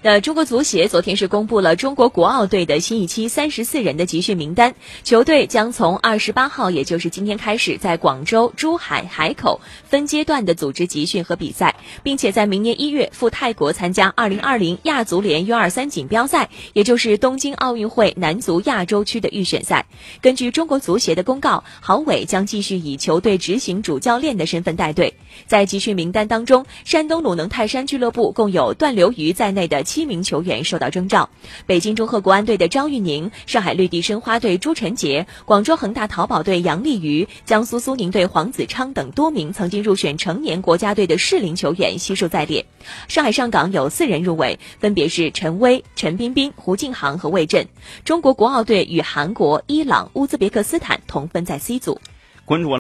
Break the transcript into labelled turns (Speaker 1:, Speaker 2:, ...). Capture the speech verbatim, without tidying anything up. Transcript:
Speaker 1: 那中国足协昨天是公布了中国国奥队的新一期三十四人的集训名单，球队将从二十八号，也就是今天开始，在广州、珠海、海口分阶段的组织集训和比赛，并且在明年一月赴泰国参加二零二零亚足联 U 二三 锦标赛，也就是东京奥运会男足亚洲区的预选赛。根据中国足协的公告，郝伟将继续以球队执行主教练的身份带队。在集训名单当中，山东鲁能泰山俱乐部共有段刘愚在内的七名球员受到征召，北京中赫国安队的张玉宁、上海绿地申花队朱晨杰、广州恒大淘宝队杨立瑜、江苏苏宁队黄子昌等多名曾经入选成年国家队的适龄球员悉数在列。上海上港有四人入围，分别是陈威、陈彬彬、胡敬航和魏震。中国国奥队与韩国、伊朗、乌兹别克斯坦同分在 C 组。
Speaker 2: 关注完